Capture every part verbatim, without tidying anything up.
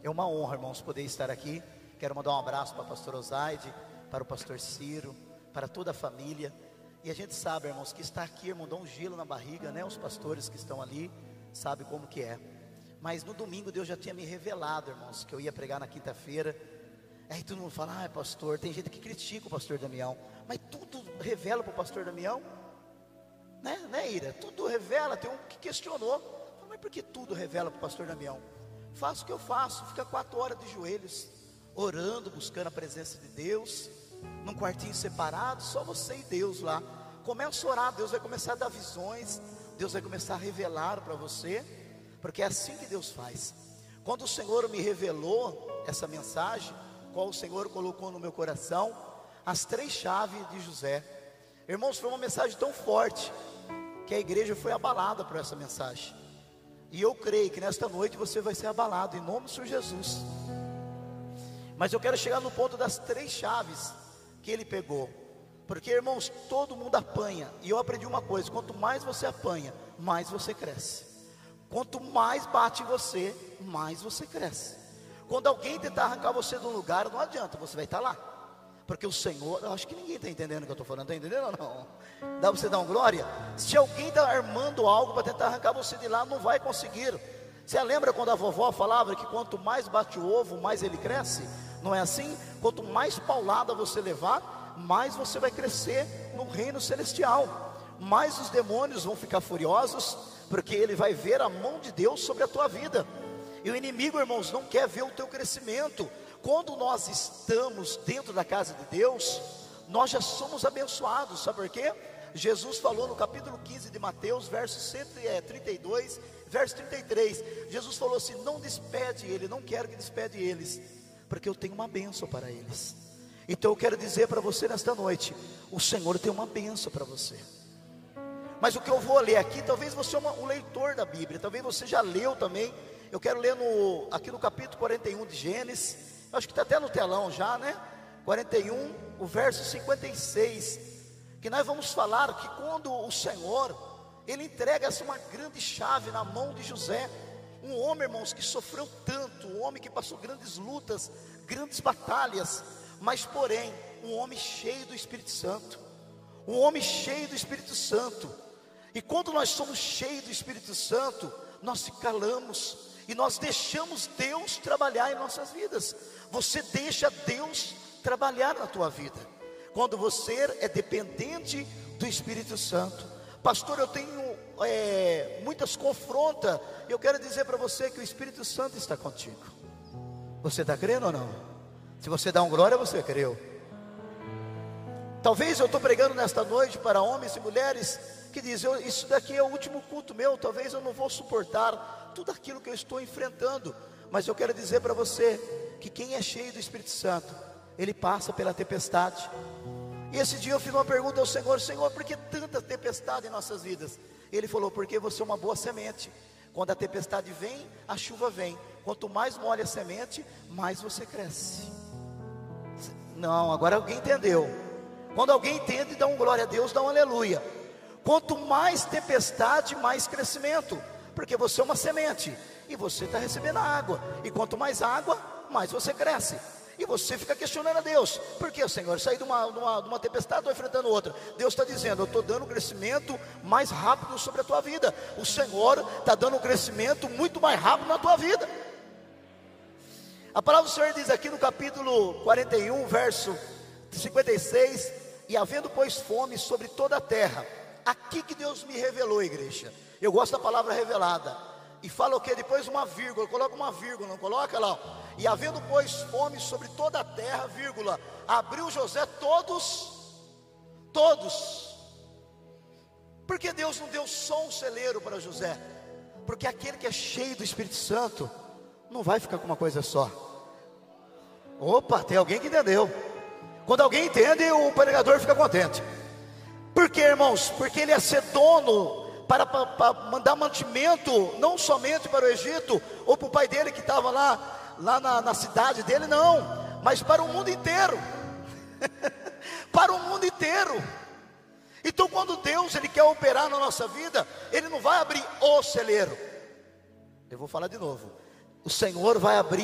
É uma honra, irmãos, poder estar aqui. Quero mandar um abraço para a pastora Osaide, para o pastor Ciro, para toda a família. E a gente sabe, irmãos, que está aqui, irmão, dá um gelo na barriga, né? Os pastores que estão ali, sabem como que é. Mas no domingo Deus já tinha me revelado, irmãos, que eu ia pregar na quinta-feira. Aí todo mundo fala, ah, pastor, tem gente que critica o pastor Damião, mas tudo revela para o pastor Damião, né, né, Ira? Tudo revela. Tem um que questionou, mas por que tudo revela para o pastor Damião? Faço o que eu faço, fica quatro horas de joelhos, orando, buscando a presença de Deus, num quartinho separado, só você e Deus lá. Começa a orar, Deus vai começar a dar visões, Deus vai começar a revelar para você, porque é assim que Deus faz. Quando o Senhor me revelou essa mensagem, qual o Senhor colocou no meu coração, as três chaves de José, irmãos, foi uma mensagem tão forte, que a igreja foi abalada por essa mensagem. E eu creio que nesta noite você vai ser abalado, em nome do Senhor Jesus. Mas eu quero chegar no ponto das três chaves que ele pegou. Porque, irmãos, todo mundo apanha. E eu aprendi uma coisa: quanto mais você apanha, mais você cresce. Quanto mais bate em você, mais você cresce. Quando alguém tentar arrancar você de um lugar, não adianta, você vai estar lá. Porque o Senhor, eu acho que ninguém está entendendo o que eu estou falando. Está entendendo ou não? Dá para você dar uma glória? Se alguém está armando algo para tentar arrancar você de lá, não vai conseguir. Você lembra quando a vovó falava que quanto mais bate o ovo, mais ele cresce? Não é assim? Quanto mais paulada você levar, mais você vai crescer no reino celestial. Mais os demônios vão ficar furiosos, porque ele vai ver a mão de Deus sobre a tua vida. E o inimigo, irmãos, não quer ver o teu crescimento. Quando nós estamos dentro da casa de Deus, nós já somos abençoados. Sabe por quê? Jesus falou no capítulo quinze de Mateus, verso cento e trinta e dois, verso trinta e três. Jesus falou assim: não despede ele, não quero que despede eles, porque eu tenho uma bênção para eles. Então eu quero dizer para você nesta noite: o Senhor tem uma bênção para você. Mas o que eu vou ler aqui, talvez você é uma, um leitor da Bíblia, talvez você já leu também. Eu quero ler no, aqui no capítulo quarenta e um de Gênesis, acho que está até no telão já, né? quarenta e um, o verso cinquenta e seis, que nós vamos falar que quando o Senhor, Ele entrega essa uma grande chave na mão de José, um homem, irmãos, que sofreu tanto, um homem que passou grandes lutas, grandes batalhas, mas porém, um homem cheio do Espírito Santo, um homem cheio do Espírito Santo. E quando nós somos cheios do Espírito Santo, nós se calamos, e nós deixamos Deus trabalhar em nossas vidas. Você deixa Deus trabalhar na tua vida, quando você é dependente do Espírito Santo. Pastor, eu tenho é, muitas confrontas. Eu quero dizer para você que o Espírito Santo está contigo. Você está crendo ou não? Se você dá um glória, você creu. Talvez eu estou pregando nesta noite para homens e mulheres que dizem: eu, isso daqui é o último culto meu, talvez eu não vou suportar tudo aquilo que eu estou enfrentando. Mas eu quero dizer para você que quem é cheio do Espírito Santo, ele passa pela tempestade. E esse dia eu fiz uma pergunta ao Senhor: Senhor, por que tanta tempestade em nossas vidas? Ele falou: porque você é uma boa semente. Quando a tempestade vem, a chuva vem. Quanto mais molha a semente, mais você cresce. Não, agora alguém entendeu. Quando alguém entende, dá um glória a Deus, dá um aleluia. Quanto mais tempestade, mais crescimento, porque você é uma semente, e você está recebendo a água, e quanto mais água, mais você cresce. E você fica questionando a Deus: por que, Senhor, saí de uma, de uma, de uma tempestade, estou enfrentando outra? Deus está dizendo: eu estou dando um crescimento mais rápido sobre a tua vida. O Senhor está dando um crescimento muito mais rápido na tua vida. A palavra do Senhor diz aqui no capítulo quarenta e um, verso cinquenta e seis: e havendo pois fome sobre toda a terra. Aqui que Deus me revelou, igreja. Eu gosto da palavra revelada. E fala o que? Depois uma vírgula, coloca uma vírgula, não coloca lá? E havendo pois fome sobre toda a terra, vírgula, abriu José todos, todos. Por que Deus não deu só um celeiro para José? Porque aquele que é cheio do Espírito Santo não vai ficar com uma coisa só. Opa, tem alguém que entendeu. Quando alguém entende, o pregador fica contente. Por quê, irmãos? Porque ele ia ser dono para, para, para mandar mantimento, não somente para o Egito, ou para o pai dele que estava lá, lá na, na cidade dele, não, mas para o mundo inteiro. Para o mundo inteiro. Então quando Deus ele quer operar na nossa vida, Ele não vai abrir o celeiro. Eu vou falar de novo: o Senhor vai abrir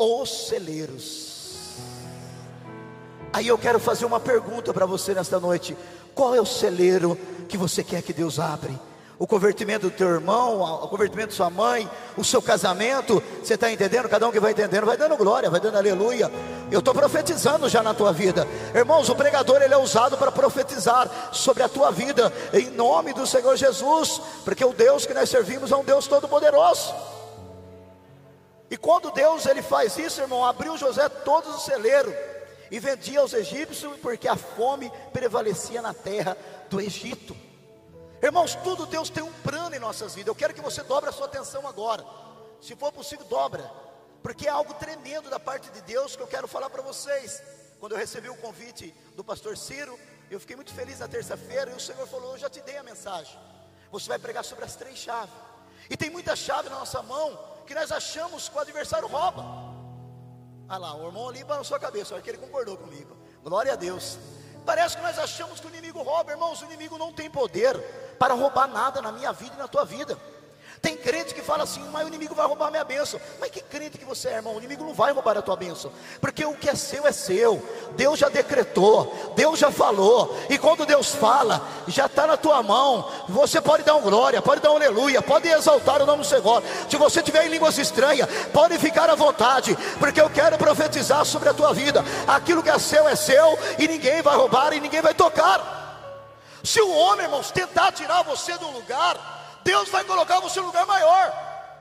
os celeiros. Aí eu quero fazer uma pergunta para você nesta noite: qual é o celeiro que você quer que Deus abra? O convertimento do teu irmão, o convertimento de sua mãe, o seu casamento? Você está entendendo? Cada um que vai entendendo vai dando glória, vai dando aleluia. Eu estou profetizando já na tua vida, irmãos. O pregador, ele é usado para profetizar sobre a tua vida, em nome do Senhor Jesus, porque o Deus que nós servimos é um Deus todo poderoso. E quando Deus ele faz isso, irmão, abriu José todos os celeiros e vendia aos egípcios, porque a fome prevalecia na terra do Egito. Irmãos, tudo Deus tem um plano em nossas vidas. Eu quero que você dobre a sua atenção agora. Se for possível, dobra, porque é algo tremendo da parte de Deus que eu quero falar para vocês. Quando eu recebi o convite do pastor Ciro, eu fiquei muito feliz na terça-feira, e o Senhor falou: eu já te dei a mensagem, você vai pregar sobre as três chaves. E tem muita chave na nossa mão que nós achamos que o adversário rouba. Ah lá, o irmão ali balançou a cabeça, olha que ele concordou comigo, glória a Deus. Parece que nós achamos que o inimigo rouba. Irmãos, o inimigo não tem poder para roubar nada na minha vida e na tua vida. Tem crente que fala assim: mas o inimigo vai roubar a minha bênção. Mas que crente que você é, irmão? O inimigo não vai roubar a tua bênção, porque o que é seu é seu. Deus já decretou, Deus já falou. E quando Deus fala, já está na tua mão. Você pode dar um glória, pode dar um aleluia, pode exaltar o nome do Senhor. Se você tiver em línguas estranhas, pode ficar à vontade, porque eu quero profetizar sobre a tua vida. Aquilo que é seu é seu, e ninguém vai roubar e ninguém vai tocar. Se o homem, irmãos, tentar tirar você do lugar, Deus vai colocar você em um lugar maior.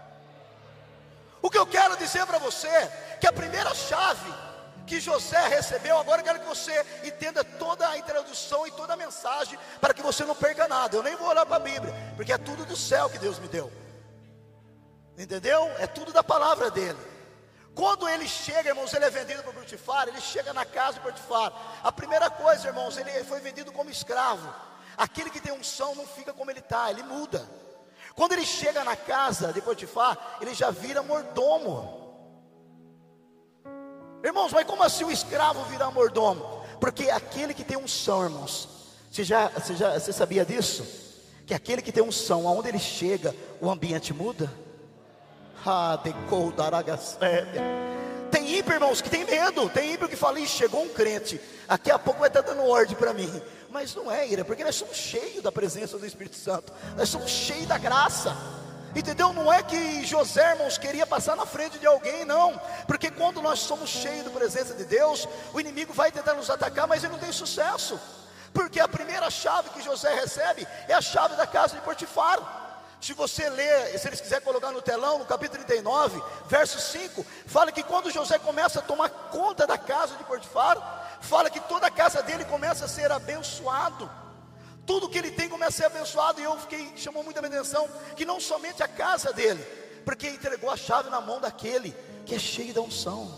O que eu quero dizer para você, que a primeira chave que José recebeu, agora eu quero que você entenda toda a introdução e toda a mensagem, para que você não perca nada. Eu nem vou olhar para a Bíblia, porque é tudo do céu que Deus me deu, entendeu? É tudo da palavra dele. Quando ele chega, irmãos, ele é vendido para Potifar. Ele chega na casa de Potifar. A primeira coisa, irmãos, ele foi vendido como escravo. Aquele que tem unção não fica como ele está, ele muda. Quando ele chega na casa de Potifar, ele já vira mordomo. Irmãos, mas como assim o escravo vira mordomo? Porque aquele que tem unção, irmãos, você já, você já você sabia disso? Que aquele que tem unção, aonde ele chega, o ambiente muda. Ah, decou daragaséria. Tem ímpio, irmãos, que tem medo. Tem ímpio que fala: ih, chegou um crente, daqui a pouco vai estar dando ordem para mim. Mas não é, ira, porque nós somos cheios da presença do Espírito Santo. Nós somos cheios da graça, entendeu? Não é que José, irmãos, queria passar na frente de alguém, não. Porque quando nós somos cheios da presença de Deus, o inimigo vai tentar nos atacar, mas ele não tem sucesso. Porque a primeira chave que José recebe é a chave da casa de Potifar. Se você ler, se eles quiserem colocar no telão, no capítulo trinta e nove, verso cinco, fala que quando José começa a tomar conta da casa de Potifar, fala que toda a casa dele começa a ser abençoado. Tudo que ele tem começa a ser abençoado. E eu fiquei, chamou muito a minha atenção, que não somente a casa dele, porque entregou a chave na mão daquele que é cheio da unção.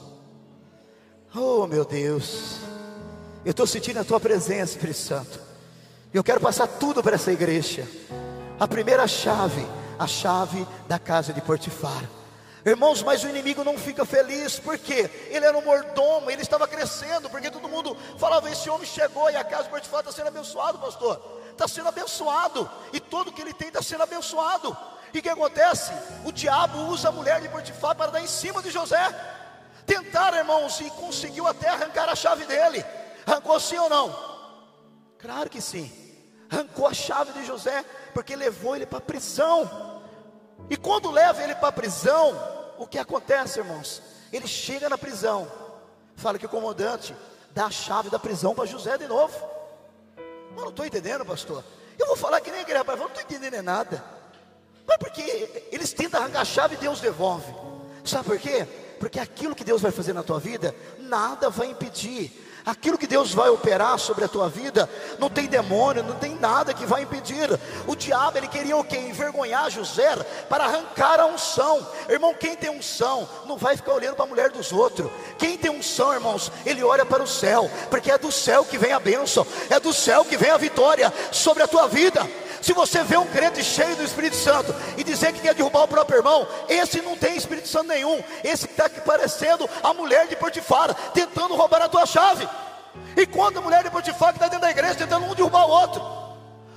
Oh meu Deus, eu estou sentindo a tua presença, Espírito Santo. Eu quero passar tudo para essa igreja. A primeira chave, a chave da casa de Potifar. Irmãos, mas o inimigo não fica feliz, porque ele era um mordomo, ele estava crescendo, porque todo mundo falava: esse homem chegou e a casa de Potifar está sendo abençoado, pastor. Está sendo abençoado, e tudo que ele tem está sendo abençoado. E o que acontece? O diabo usa a mulher de Potifar para dar em cima de José. Tentaram, irmãos, e conseguiu até arrancar a chave dele. Arrancou sim ou não? Claro que sim. Arrancou a chave de José, porque levou ele para a prisão. E quando leva ele para a prisão, o que acontece, irmãos? Ele chega na prisão, fala que o comandante dá a chave da prisão para José de novo. Eu não estou entendendo, pastor. Eu vou falar que nem aquele rapaz, eu não estou entendendo nada. Mas porque eles tentam arrancar a chave e Deus devolve. Sabe por quê? Porque aquilo que Deus vai fazer na tua vida, nada vai impedir. Aquilo que Deus vai operar sobre a tua vida, não tem demônio, não tem nada que vai impedir. O diabo, ele queria o quê? Envergonhar José, para arrancar a unção. Irmão, quem tem unção, não vai ficar olhando para a mulher dos outros. Quem tem unção, irmãos, ele olha para o céu, porque é do céu que vem a bênção, é do céu que vem a vitória sobre a tua vida. Se você vê um crente cheio do Espírito Santo e dizer que quer derrubar o próprio irmão, esse não tem Espírito Santo nenhum. Esse está aqui parecendo a mulher de Potifar, tentando roubar a tua chave. E quando a mulher de Potifar que está dentro da igreja, tentando um derrubar o outro.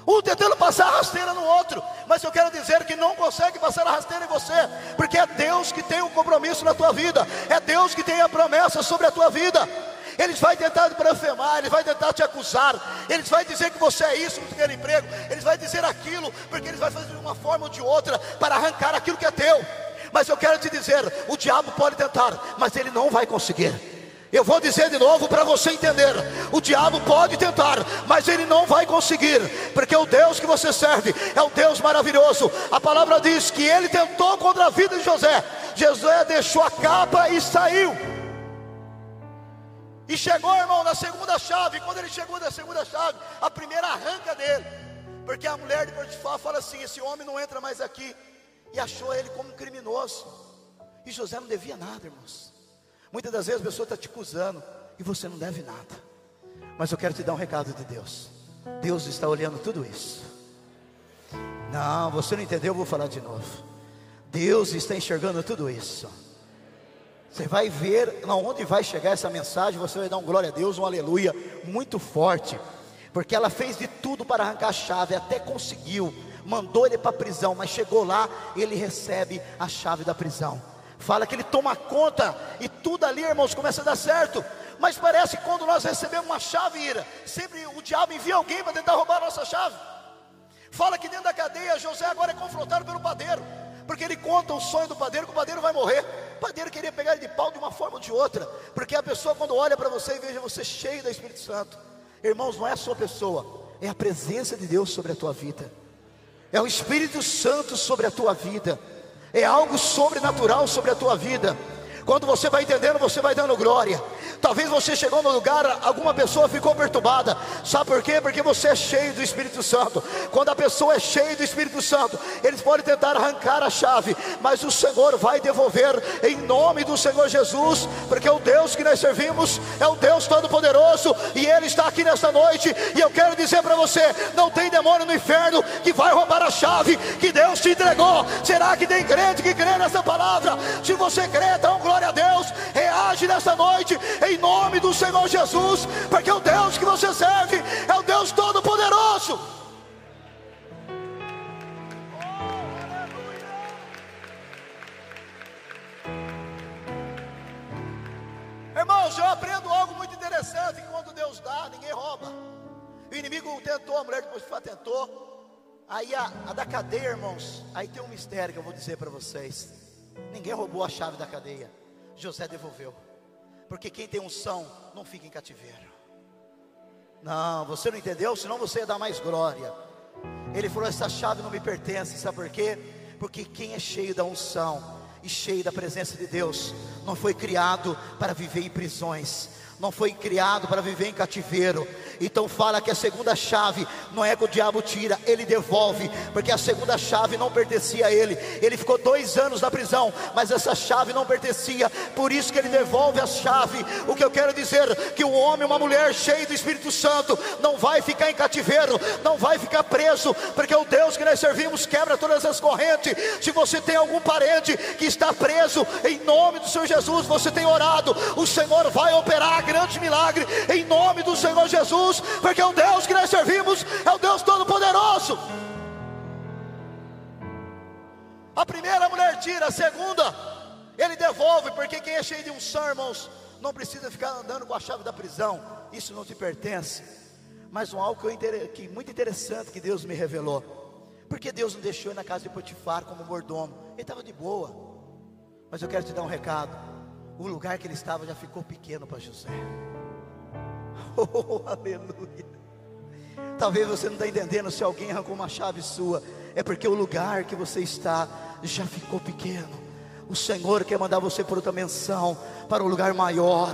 um tentando passar a rasteira no outro, mas eu quero dizer que não consegue passar a rasteira em você, porque é Deus que tem um compromisso na tua vida, é Deus que tem a promessa sobre a tua vida. Eles vão tentar te blasfemar, eles vão tentar te acusar, eles vão dizer que você é isso, que quer emprego, eles vão dizer aquilo, porque eles vão fazer de uma forma ou de outra para arrancar aquilo que é teu. Mas eu quero te dizer, o diabo pode tentar, mas ele não vai conseguir. Eu vou dizer de novo para você entender, o diabo pode tentar, mas ele não vai conseguir, porque o Deus que você serve é um Deus maravilhoso. A palavra diz que ele tentou contra a vida de José. José deixou a capa e saiu. E chegou, irmão, na segunda chave. Quando ele chegou na segunda chave, a primeira arranca dele, porque a mulher de Potifar fala assim: esse homem não entra mais aqui. E achou ele como um criminoso. E José não devia nada, irmãos. Muitas das vezes a pessoa está te acusando e você não deve nada. Mas eu quero te dar um recado de Deus. Deus está olhando tudo isso. Não, você não entendeu, eu vou falar de novo. Deus está enxergando tudo isso. Você vai ver aonde vai chegar essa mensagem. Você vai dar um glória a Deus, um aleluia muito forte, porque ela fez de tudo para arrancar a chave, até conseguiu. Mandou ele para a prisão, mas chegou lá, ele recebe a chave da prisão. Fala que ele toma conta e tudo ali, irmãos, começa a dar certo. Mas parece que quando nós recebemos uma chave, ira, sempre o diabo envia alguém para tentar roubar a nossa chave. Fala que dentro da cadeia, José agora é confrontado pelo padeiro, porque ele conta o sonho do padeiro, que o padeiro vai morrer. O padeiro queria pegar ele de pau de uma forma ou de outra, porque a pessoa quando olha para você e veja você cheio do Espírito Santo, irmãos, não é a sua pessoa, é a presença de Deus sobre a tua vida, é o Espírito Santo sobre a tua vida, é algo sobrenatural sobre a tua vida. Quando você vai entendendo, você vai dando glória. Talvez você chegou no lugar, alguma pessoa ficou perturbada. Sabe por quê? Porque você é cheio do Espírito Santo. Quando a pessoa é cheia do Espírito Santo, eles podem tentar arrancar a chave, mas o Senhor vai devolver em nome do Senhor Jesus, porque o Deus que nós servimos é o Deus Todo-Poderoso, e Ele está aqui nesta noite. E eu quero dizer para você, não tem demônio no inferno que vai roubar a chave que Deus te entregou. Será que tem crente que crê nessa palavra? Se você crê, dá um glória a Deus, reage nesta noite em nome do Senhor Jesus, porque o Deus que você serve é o Deus Todo-Poderoso. Irmãos, eu aprendo algo muito interessante, que quando Deus dá, ninguém rouba. O inimigo tentou, a mulher de Potifar tentou. Aí a, a da cadeia, irmãos, aí tem um mistério que eu vou dizer para vocês. Ninguém roubou a chave da cadeia, José devolveu, porque quem tem unção não fica em cativeiro. Não, você não entendeu? Senão você ia dar mais glória. Ele falou: essa chave não me pertence. Sabe por quê? Porque quem é cheio da unção e cheio da presença de Deus não foi criado para viver em prisões, não foi criado para viver em cativeiro. Então fala que a segunda chave não é que o diabo tira, ele devolve, porque a segunda chave não pertencia a ele. Ele ficou dois anos na prisão, mas essa chave não pertencia, por isso que ele devolve a chave. O que eu quero dizer, que um homem, uma mulher cheio do Espírito Santo não vai ficar em cativeiro, não vai ficar preso, porque o Deus que nós servimos quebra todas as correntes. Se você tem algum parente que está preso, em nome do Senhor Jesus, você tem orado, o Senhor vai operar grande milagre em nome do Senhor Jesus, porque o Deus que nós servimos é o Deus Todo-Poderoso. A primeira mulher tira, a segunda ele devolve, porque quem é cheio de unção, irmãos, não precisa ficar andando com a chave da prisão, isso não te pertence. Mas um algo que, eu, que muito interessante que Deus me revelou, porque Deus não deixou ele na casa de Potifar como mordomo, ele estava de boa. Mas eu quero te dar um recado, o lugar que ele estava já ficou pequeno para José. Oh, aleluia. Talvez você não está entendendo. Se alguém arrancou uma chave sua, é porque o lugar que você está já ficou pequeno. O Senhor quer mandar você por outra menção, para um lugar maior.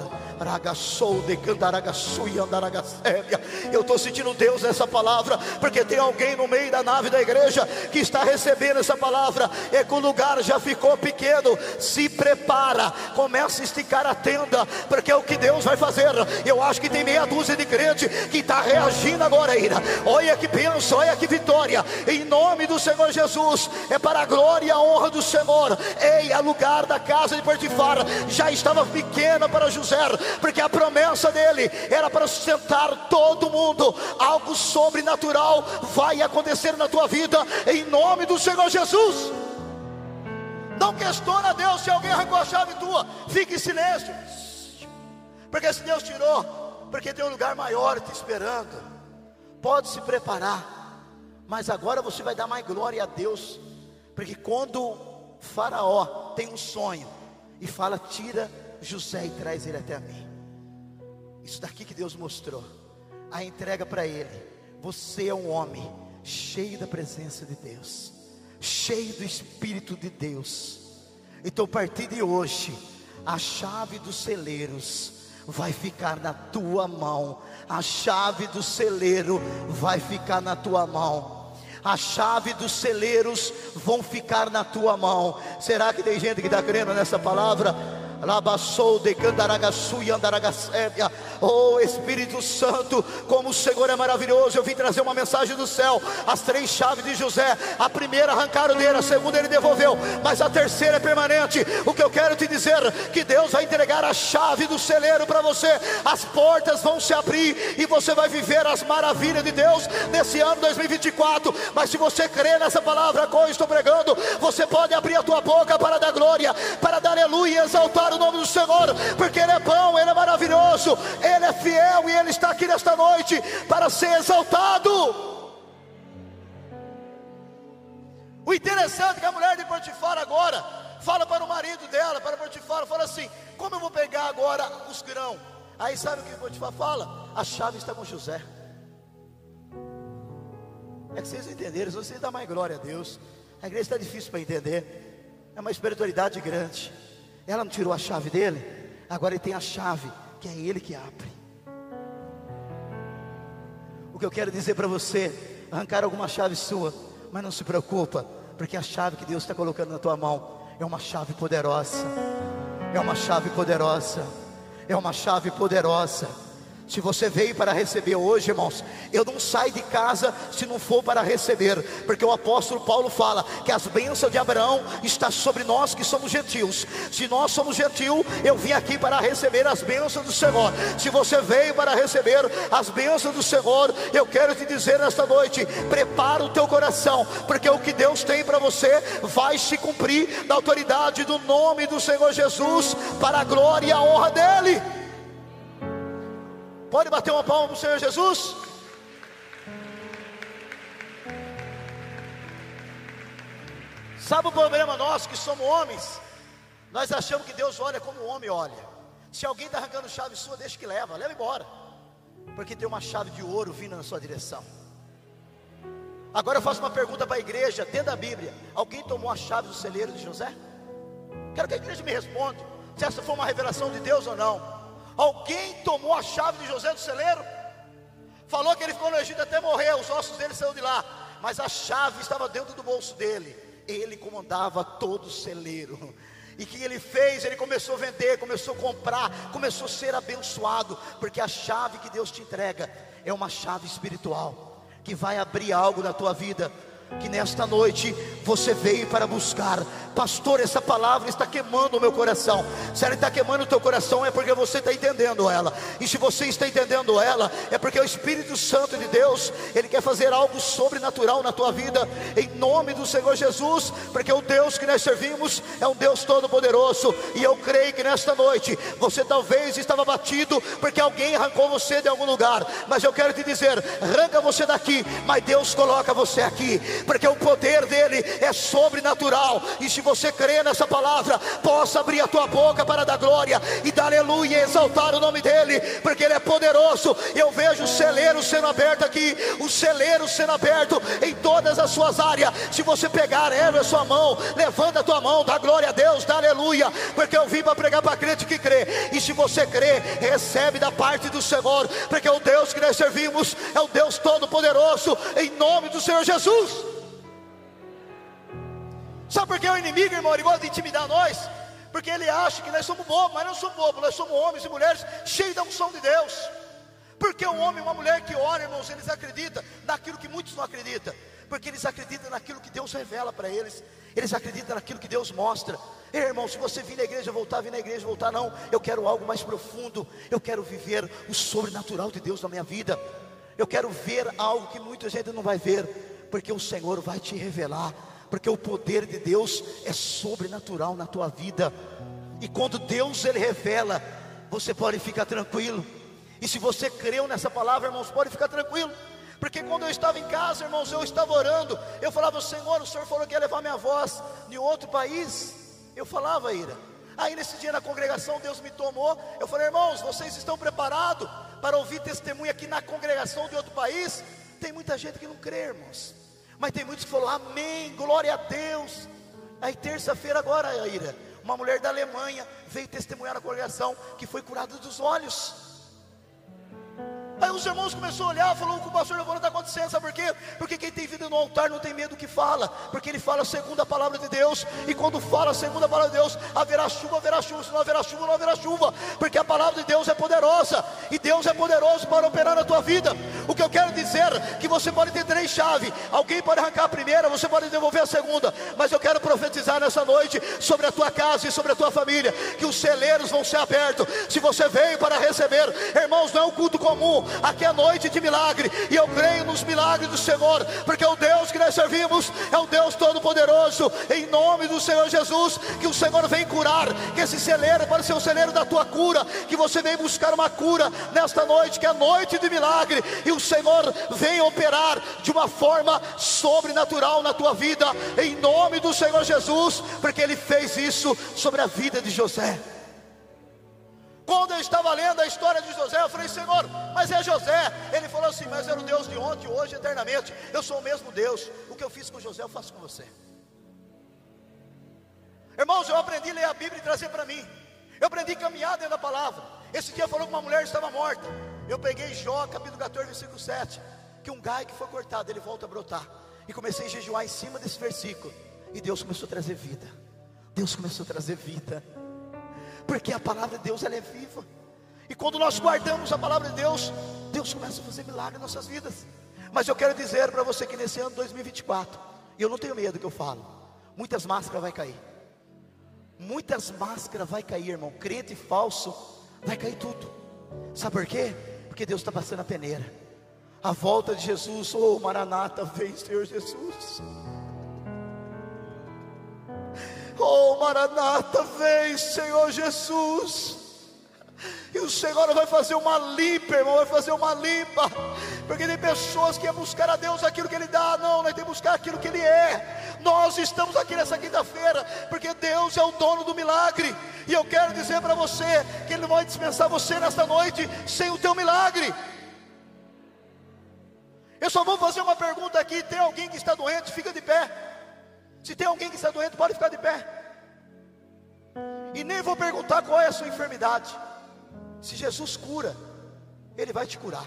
Eu estou sentindo Deus nessa palavra, porque tem alguém no meio da nave da igreja que está recebendo essa palavra. É que o lugar já ficou pequeno. Se prepara, começa a esticar a tenda, porque é o que Deus vai fazer. Eu acho que tem meia dúzia de crente que está reagindo agora, ira. Olha que bênção, olha que vitória, em nome do Senhor Jesus. É para a glória e a honra do Senhor. Ei, lugar da casa de Potifar já estava pequena para José, porque a promessa dele era para sustentar todo mundo. Algo sobrenatural vai acontecer na tua vida, em nome do Senhor Jesus. Não questiona Deus se alguém arrancou a chave tua, fique em silêncio, porque se Deus tirou, porque tem um lugar maior te esperando. Pode se preparar, mas agora você vai dar mais glória a Deus, porque quando Faraó tem um sonho e fala: tira José e traz ele até mim, isso daqui que Deus mostrou, a entrega para ele. Você é um homem cheio da presença de Deus, cheio do Espírito de Deus. Então a partir de hoje, a chave dos celeiros vai ficar na tua mão. A chave do celeiro vai ficar na tua mão. A chave dos celeiros vão ficar na tua mão. Será que tem gente que está crendo nessa palavra? Oh Espírito Santo, como o Senhor é maravilhoso. Eu vim trazer uma mensagem do céu. As três chaves de José, a primeira arrancaram dele, a segunda ele devolveu, mas a terceira é permanente. O que eu quero te dizer, que Deus vai entregar a chave do celeiro para você. As portas vão se abrir e você vai viver as maravilhas de Deus nesse ano dois mil e vinte e quatro. Mas se você crê nessa palavra que eu estou pregando, você pode abrir a tua boca para dar glória, para dar aleluia e exaltar o nome do Senhor, porque Ele é bom, Ele é maravilhoso, Ele é fiel e Ele está aqui nesta noite para ser exaltado. O interessante é que a mulher de Potifar agora fala para o marido dela, para Potifar, fala assim: como eu vou pegar agora os grãos? Aí sabe o que Potifar fala? A chave está com José. É que vocês entenderam, se vocês dão mais glória a Deus. A igreja está difícil para entender, é uma espiritualidade grande. Ela não tirou a chave dele, agora ele tem a chave, que é ele que abre. O que eu quero dizer para você: arrancar alguma chave sua, mas não se preocupa, porque a chave que Deus está colocando na tua mão é uma chave poderosa. É uma chave poderosa. É uma chave poderosa. Se você veio para receber hoje, irmãos, eu não saio de casa se não for para receber, porque o apóstolo Paulo fala que as bênçãos de Abraão estão sobre nós que somos gentios. Se nós somos gentios, eu vim aqui para receber as bênçãos do Senhor. Se você veio para receber as bênçãos do Senhor, eu quero te dizer nesta noite: prepara o teu coração, porque o que Deus tem para você vai se cumprir na autoridade do nome do Senhor Jesus, para a glória e a honra dele. Pode bater uma palma para o Senhor Jesus? Sabe o problema nosso que somos homens? Nós achamos que Deus olha como o homem olha. Se alguém está arrancando chave sua, deixa que leva, leva embora, porque tem uma chave de ouro vindo na sua direção. Agora eu faço uma pergunta para a igreja, dentro da Bíblia: alguém tomou a chave do celeiro de José? Quero que a igreja me responda, se essa foi uma revelação de Deus ou não. Alguém tomou a chave de José do celeiro? Falou que ele ficou no Egito até morrer, os ossos dele saíram de lá, mas a chave estava dentro do bolso dele. Ele comandava todo o celeiro. E o que ele fez? Ele começou a vender, começou a comprar, começou a ser abençoado, porque a chave que Deus te entrega é uma chave espiritual, que vai abrir algo na tua vida, que nesta noite você veio para buscar. Pastor, essa palavra está queimando o meu coração. Se ela está queimando o teu coração, é porque você está entendendo ela. E se você está entendendo ela, é porque o Espírito Santo de Deus, Ele quer fazer algo sobrenatural na tua vida, em nome do Senhor Jesus. Porque o Deus que nós servimos é um Deus todo poderoso. E eu creio que nesta noite você talvez estava batido porque alguém arrancou você de algum lugar, mas eu quero te dizer: arranca você daqui, mas Deus coloca você aqui, porque o poder dele é sobrenatural. E se você crê nessa palavra, possa abrir a tua boca para dar glória e dar aleluia e exaltar o nome dele, porque ele é poderoso. Eu vejo o celeiro sendo aberto aqui, o celeiro sendo aberto em todas as suas áreas. Se você pegar, ergue a sua mão, levanta a tua mão, dá glória a Deus, dá aleluia, porque eu vim para pregar para crente que crê. E se você crê, recebe da parte do Senhor, porque o Deus que nós servimos é o Deus todo poderoso, em nome do Senhor Jesus. Sabe por que o inimigo, irmão, ele gosta de intimidar nós? Porque ele acha que nós somos bobos, mas não somos bobos, nós somos homens e mulheres cheios da unção de Deus. Porque um homem e uma mulher que ora, irmãos, eles acreditam naquilo que muitos não acreditam, porque eles acreditam naquilo que Deus revela para eles, eles acreditam naquilo que Deus mostra. Ei, irmão, se você vir na igreja, voltar, vir na igreja, voltar, não. Eu quero algo mais profundo. Eu quero viver o sobrenatural de Deus na minha vida. Eu quero ver algo que muita gente não vai ver, porque o Senhor vai te revelar. Porque o poder de Deus é sobrenatural na tua vida. E quando Deus Ele revela, você pode ficar tranquilo. E se você creu nessa palavra, irmãos, pode ficar tranquilo. Porque quando eu estava em casa, irmãos, eu estava orando. Eu falava, Senhor, o Senhor falou que ia levar minha voz em outro país. Eu falava, Ira. Aí nesse dia na congregação Deus me tomou. Eu falei, irmãos, vocês estão preparados para ouvir testemunho aqui na congregação de outro país? Tem muita gente que não crê, irmãos, mas tem muitos que falam, amém, glória a Deus. Aí terça-feira agora, Ira, uma mulher da Alemanha veio testemunhar na congregação que foi curada dos olhos. Aí os irmãos começaram a olhar, falou, o que o pastor não está acontecendo, sabe por quê? Porque quem tem vida no altar não tem medo do que fala, porque ele fala segundo a palavra de Deus. E quando fala segundo a palavra de Deus, haverá chuva, haverá chuva, se não haverá chuva, não haverá chuva, porque a palavra de Deus é poderosa, e Deus é poderoso para operar na tua vida. O que eu quero dizer, que você pode ter três chaves, alguém pode arrancar a primeira, você pode devolver a segunda, mas eu quero profetizar nessa noite, sobre a tua casa e sobre a tua família, que os celeiros vão ser abertos. Se você veio para receber, irmãos, não é um culto comum, aqui é noite de milagre, e eu creio nos milagres do Senhor, porque o Deus que nós servimos é o Deus todo-poderoso. Em nome do Senhor Jesus, que o Senhor vem curar, que esse celeiro pode ser o celeiro da tua cura, que você vem buscar uma cura nesta noite, que é noite de milagre, e o Senhor vem operar de uma forma sobrenatural na tua vida, em nome do Senhor Jesus, porque Ele fez isso sobre a vida de José. Quando eu estava lendo a história de José, eu falei, Senhor, mas é José. Ele falou assim, mas era o Deus de ontem, hoje, eternamente. Eu sou o mesmo Deus. O que eu fiz com José, eu faço com você. Irmãos, eu aprendi a ler a Bíblia e trazer para mim. Eu aprendi a caminhar dentro da palavra. Esse dia falou que uma mulher estava morta. Eu peguei Jó, capítulo quatorze, versículo sete, que um galho que foi cortado, ele volta a brotar. E comecei a jejuar em cima desse versículo. E Deus começou a trazer vida. Deus começou a trazer vida. Porque a palavra de Deus, ela é viva. E quando nós guardamos a palavra de Deus, Deus começa a fazer milagre em nossas vidas. Mas eu quero dizer para você que nesse ano dois mil e vinte e quatro, e eu não tenho medo que eu falo, muitas máscaras vai cair. Muitas máscaras vai cair, irmão. Crente falso, vai cair tudo. Sabe por quê? Porque Deus está passando a peneira. A volta de Jesus, oh Maranata, vem Senhor Jesus. Oh Maranata, vem Senhor Jesus. E o Senhor vai fazer uma limpa, irmão, vai fazer uma limpa. Porque tem pessoas que iam buscar a Deus aquilo que Ele dá. Não, nós temos que buscar aquilo que Ele é. Nós estamos aqui nessa quinta-feira porque Deus é o dono do milagre. E eu quero dizer para você que Ele não vai dispensar você nesta noite sem o teu milagre. Eu só vou fazer uma pergunta aqui. Tem alguém que está doente? Fica de pé. Se tem alguém que está doente, pode ficar de pé. E nem vou perguntar qual é a sua enfermidade. Se Jesus cura, Ele vai te curar.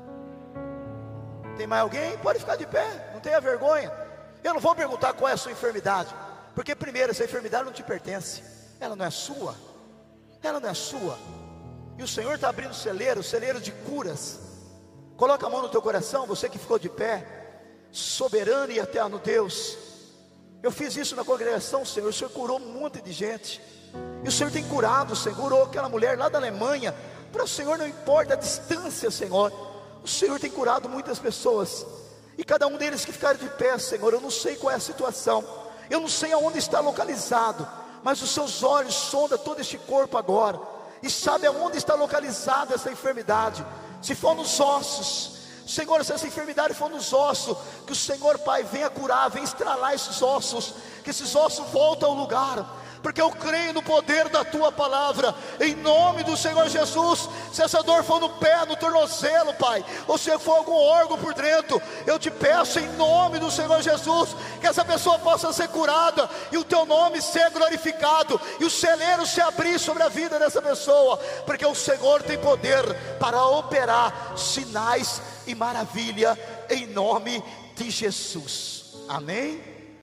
Tem mais alguém? Pode ficar de pé, não tenha vergonha. Eu não vou perguntar qual é a sua enfermidade, porque primeiro, essa enfermidade não te pertence. Ela não é sua. Ela não é sua. E o Senhor está abrindo celeiro, celeiro de curas. Coloca a mão no teu coração, você que ficou de pé. Soberano e eterno Deus, eu fiz isso na congregação, Senhor. O Senhor curou um monte de gente. E o Senhor tem curado, o Senhor curou aquela mulher lá da Alemanha. Para o Senhor não importa a distância, Senhor. O Senhor tem curado muitas pessoas. E cada um deles que ficaram de pé, Senhor, eu não sei qual é a situação, eu não sei aonde está localizado, mas os seus olhos sondam todo este corpo agora, e sabe aonde está localizada essa enfermidade. Se for nos ossos, Senhor, se essa enfermidade for nos ossos, que o Senhor Pai venha curar, venha estralar esses ossos, que esses ossos voltem ao lugar, porque eu creio no poder da Tua palavra, em nome do Senhor Jesus. Se essa dor for no pé, no tornozelo, Pai, ou se for algum órgão por dentro, eu te peço em nome do Senhor Jesus, que essa pessoa possa ser curada, e o Teu nome ser glorificado, e o celeiro se abrir sobre a vida dessa pessoa, porque o Senhor tem poder para operar sinais e maravilha, em nome de Jesus, amém?